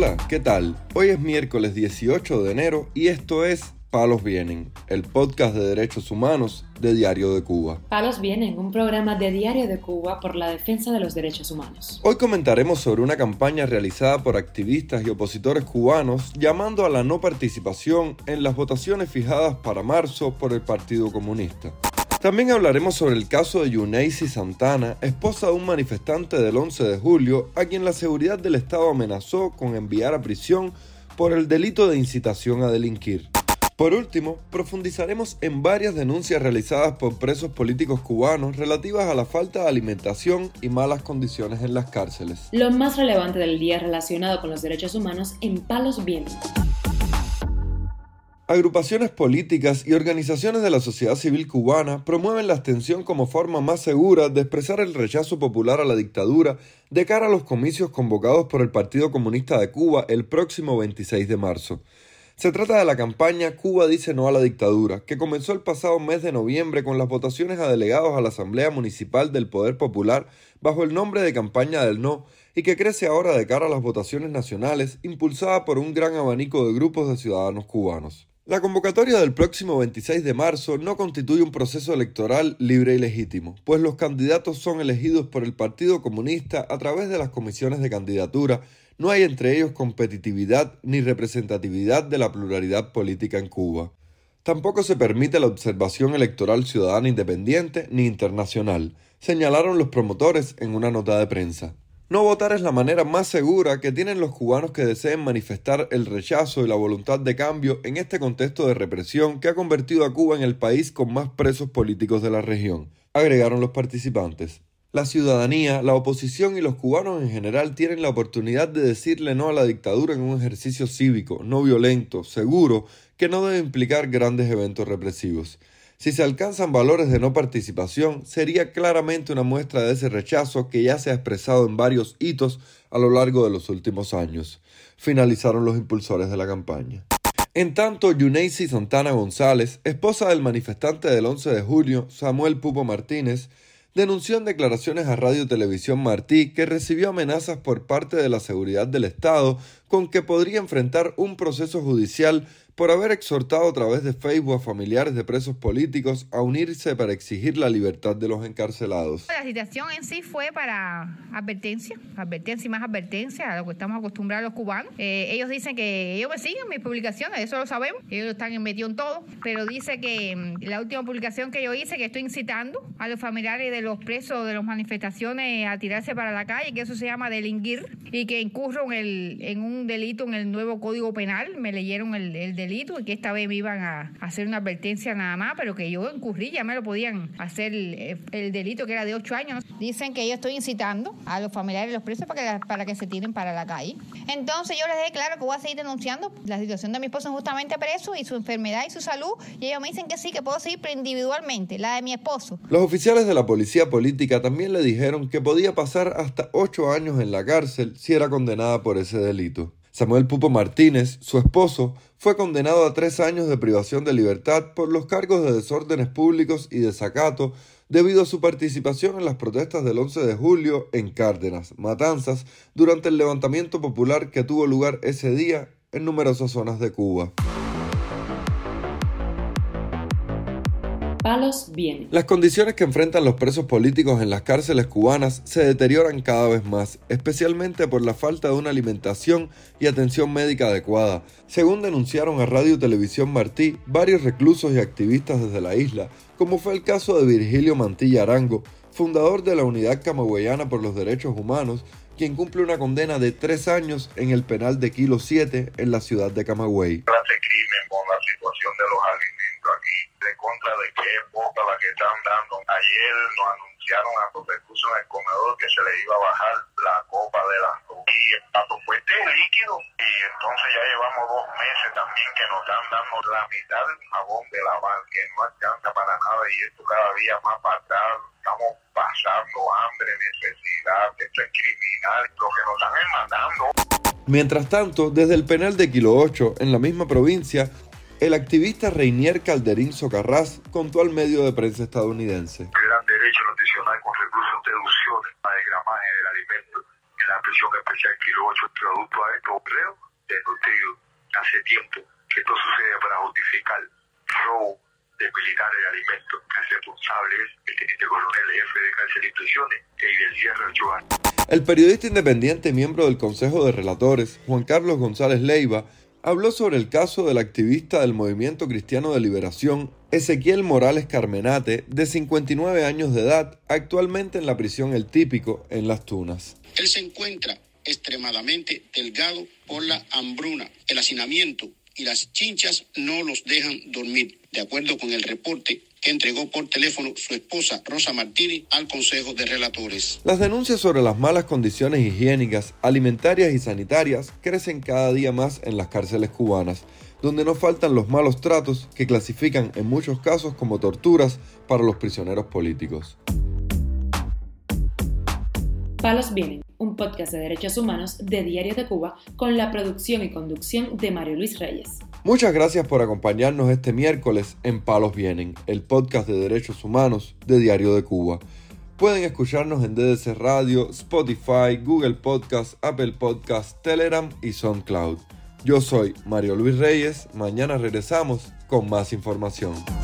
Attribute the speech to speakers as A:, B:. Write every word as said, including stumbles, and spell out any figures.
A: Hola, ¿qué tal? Hoy es miércoles dieciocho de enero y esto es Palos Vienen, el podcast de derechos humanos de Diario de Cuba.
B: Palos Vienen, un programa de Diario de Cuba por la defensa de los derechos humanos.
A: Hoy comentaremos sobre una campaña realizada por activistas y opositores cubanos llamando a la no participación en las votaciones fijadas para marzo por el Partido Comunista. También hablaremos sobre el caso de Yuneisi Santana, esposa de un manifestante del once de julio, a quien la seguridad del Estado amenazó con enviar a prisión por el delito de incitación a delinquir. Por último, profundizaremos en varias denuncias realizadas por presos políticos cubanos relativas a la falta de alimentación y malas condiciones en las cárceles.
B: Lo más relevante del día relacionado con los derechos humanos en Palos Vienen.
A: Agrupaciones políticas y organizaciones de la sociedad civil cubana promueven la abstención como forma más segura de expresar el rechazo popular a la dictadura de cara a los comicios convocados por el Partido Comunista de Cuba el próximo veintiséis de marzo. Se trata de la campaña Cuba dice no a la dictadura, que comenzó el pasado mes de noviembre con las votaciones a delegados a la Asamblea Municipal del Poder Popular bajo el nombre de Campaña del No, y que crece ahora de cara a las votaciones nacionales, impulsada por un gran abanico de grupos de ciudadanos cubanos. La convocatoria del próximo veintiséis de marzo no constituye un proceso electoral libre y legítimo, pues los candidatos son elegidos por el Partido Comunista a través de las comisiones de candidatura. No hay entre ellos competitividad ni representatividad de la pluralidad política en Cuba. Tampoco se permite la observación electoral ciudadana independiente ni internacional, señalaron los promotores en una nota de prensa. No votar es la manera más segura que tienen los cubanos que deseen manifestar el rechazo y la voluntad de cambio en este contexto de represión que ha convertido a Cuba en el país con más presos políticos de la región, agregaron los participantes. La ciudadanía, la oposición y los cubanos en general tienen la oportunidad de decirle no a la dictadura en un ejercicio cívico, no violento, seguro, que no debe implicar grandes eventos represivos. Si se alcanzan valores de no participación, sería claramente una muestra de ese rechazo que ya se ha expresado en varios hitos a lo largo de los últimos años, finalizaron los impulsores de la campaña. En tanto, Yuneisi Santana González, esposa del manifestante del once de julio, Samuel Pupo Martínez, denunció en declaraciones a Radio Televisión Martí que recibió amenazas por parte de la seguridad del Estado con que podría enfrentar un proceso judicial por haber exhortado a través de Facebook a familiares de presos políticos a unirse para exigir la libertad de los encarcelados.
C: La situación en sí fue para advertencia, advertencia y más advertencia a lo que estamos acostumbrados los cubanos. Eh, ellos dicen que ellos me siguen mis publicaciones, eso lo sabemos, ellos están metidos en todo, pero dice que mm, la última publicación que yo hice, que estoy incitando a los familiares de los presos de las manifestaciones a tirarse para la calle, que eso se llama delinquir, y que incurro en, el, en un delito en el nuevo Código Penal, me leyeron el, el delito y que esta vez me iban a hacer una advertencia nada más, pero que yo incurrí, ya me lo podían hacer el, el delito que era de ocho años. Dicen que yo estoy incitando a los familiares de los presos para que, para que se tiren para la calle. Entonces yo les dejé claro que voy a seguir denunciando la situación de mi esposo injustamente preso y su enfermedad y su salud, y ellos me dicen que sí, que puedo seguir, pero individualmente, la de mi esposo.
A: Los oficiales de la policía política también le dijeron que podía pasar hasta ocho años en la cárcel si era condenada por ese delito. Samuel Pupo Martínez, su esposo, fue condenado a tres años de privación de libertad por los cargos de desórdenes públicos y desacato debido a su participación en las protestas del once de julio en Cárdenas, Matanzas, durante el levantamiento popular que tuvo lugar ese día en numerosas zonas de Cuba.
B: Palos Vienen.
A: Las condiciones que enfrentan los presos políticos en las cárceles cubanas se deterioran cada vez más, especialmente por la falta de una alimentación y atención médica adecuada. Según denunciaron a Radio Televisión Martí, varios reclusos y activistas desde la isla, como fue el caso de Virgilio Mantilla Arango, fundador de la Unidad Camagüeyana por los Derechos Humanos, quien cumple una condena de tres años en el penal de Kilo siete en la ciudad de Camagüey.
D: Clase crimen con la situación de los alimentos aquí, de contra de que es poca la que están dando. Ayer nos anunciaron a los recursos en el comedor que se les iba a bajar la copa de las dos. Y a los fuertes líquidos. Y entonces ya llevamos dos meses también que nos están dando la mitad del jabón de lavar, que no alcanza para nada, y esto cada día más para atrás. Estamos pasando hambre, necesidad, esto es criminal, lo que nos están mandando.
A: Mientras tanto, desde el penal de Kilo ocho, en la misma provincia, el activista Reinier Calderín Socarrás contó al medio de prensa estadounidense.
D: El gran derecho nutricional con recursos deducciones para el gramaje del alimento en la prisión especial Kilo ocho, producto a esto, creo, denunció hace tiempo que esto sucede para justificar robo de militares de alimentos. El responsable es el teniente coronel jefe de cárcel y prisiones, Eider Sierra Ochoa.
A: El periodista independiente y miembro del Consejo de Relatores, Juan Carlos González Leiva, habló sobre el caso del activista del Movimiento Cristiano de Liberación, Ezequiel Morales Carmenate, de cincuenta y nueve años de edad, actualmente en la prisión El Típico, en Las Tunas.
E: Él se encuentra extremadamente delgado por la hambruna, el hacinamiento y las chinchas no los dejan dormir, de acuerdo con el reporte que entregó por teléfono su esposa Rosa Martínez al Consejo de Relatores.
A: Las denuncias sobre las malas condiciones higiénicas, alimentarias y sanitarias crecen cada día más en las cárceles cubanas, donde no faltan los malos tratos que clasifican en muchos casos como torturas para los prisioneros políticos.
B: Palos Vienen, un podcast de derechos humanos de Diario de Cuba con la producción y conducción de Mario Luis Reyes.
A: Muchas gracias por acompañarnos este miércoles en Palos Vienen, el podcast de derechos humanos de Diario de Cuba. Pueden escucharnos en D D C Radio, Spotify, Google Podcast, Apple Podcast, Telegram y SoundCloud. Yo soy Mario Luis Reyes, mañana regresamos con más información.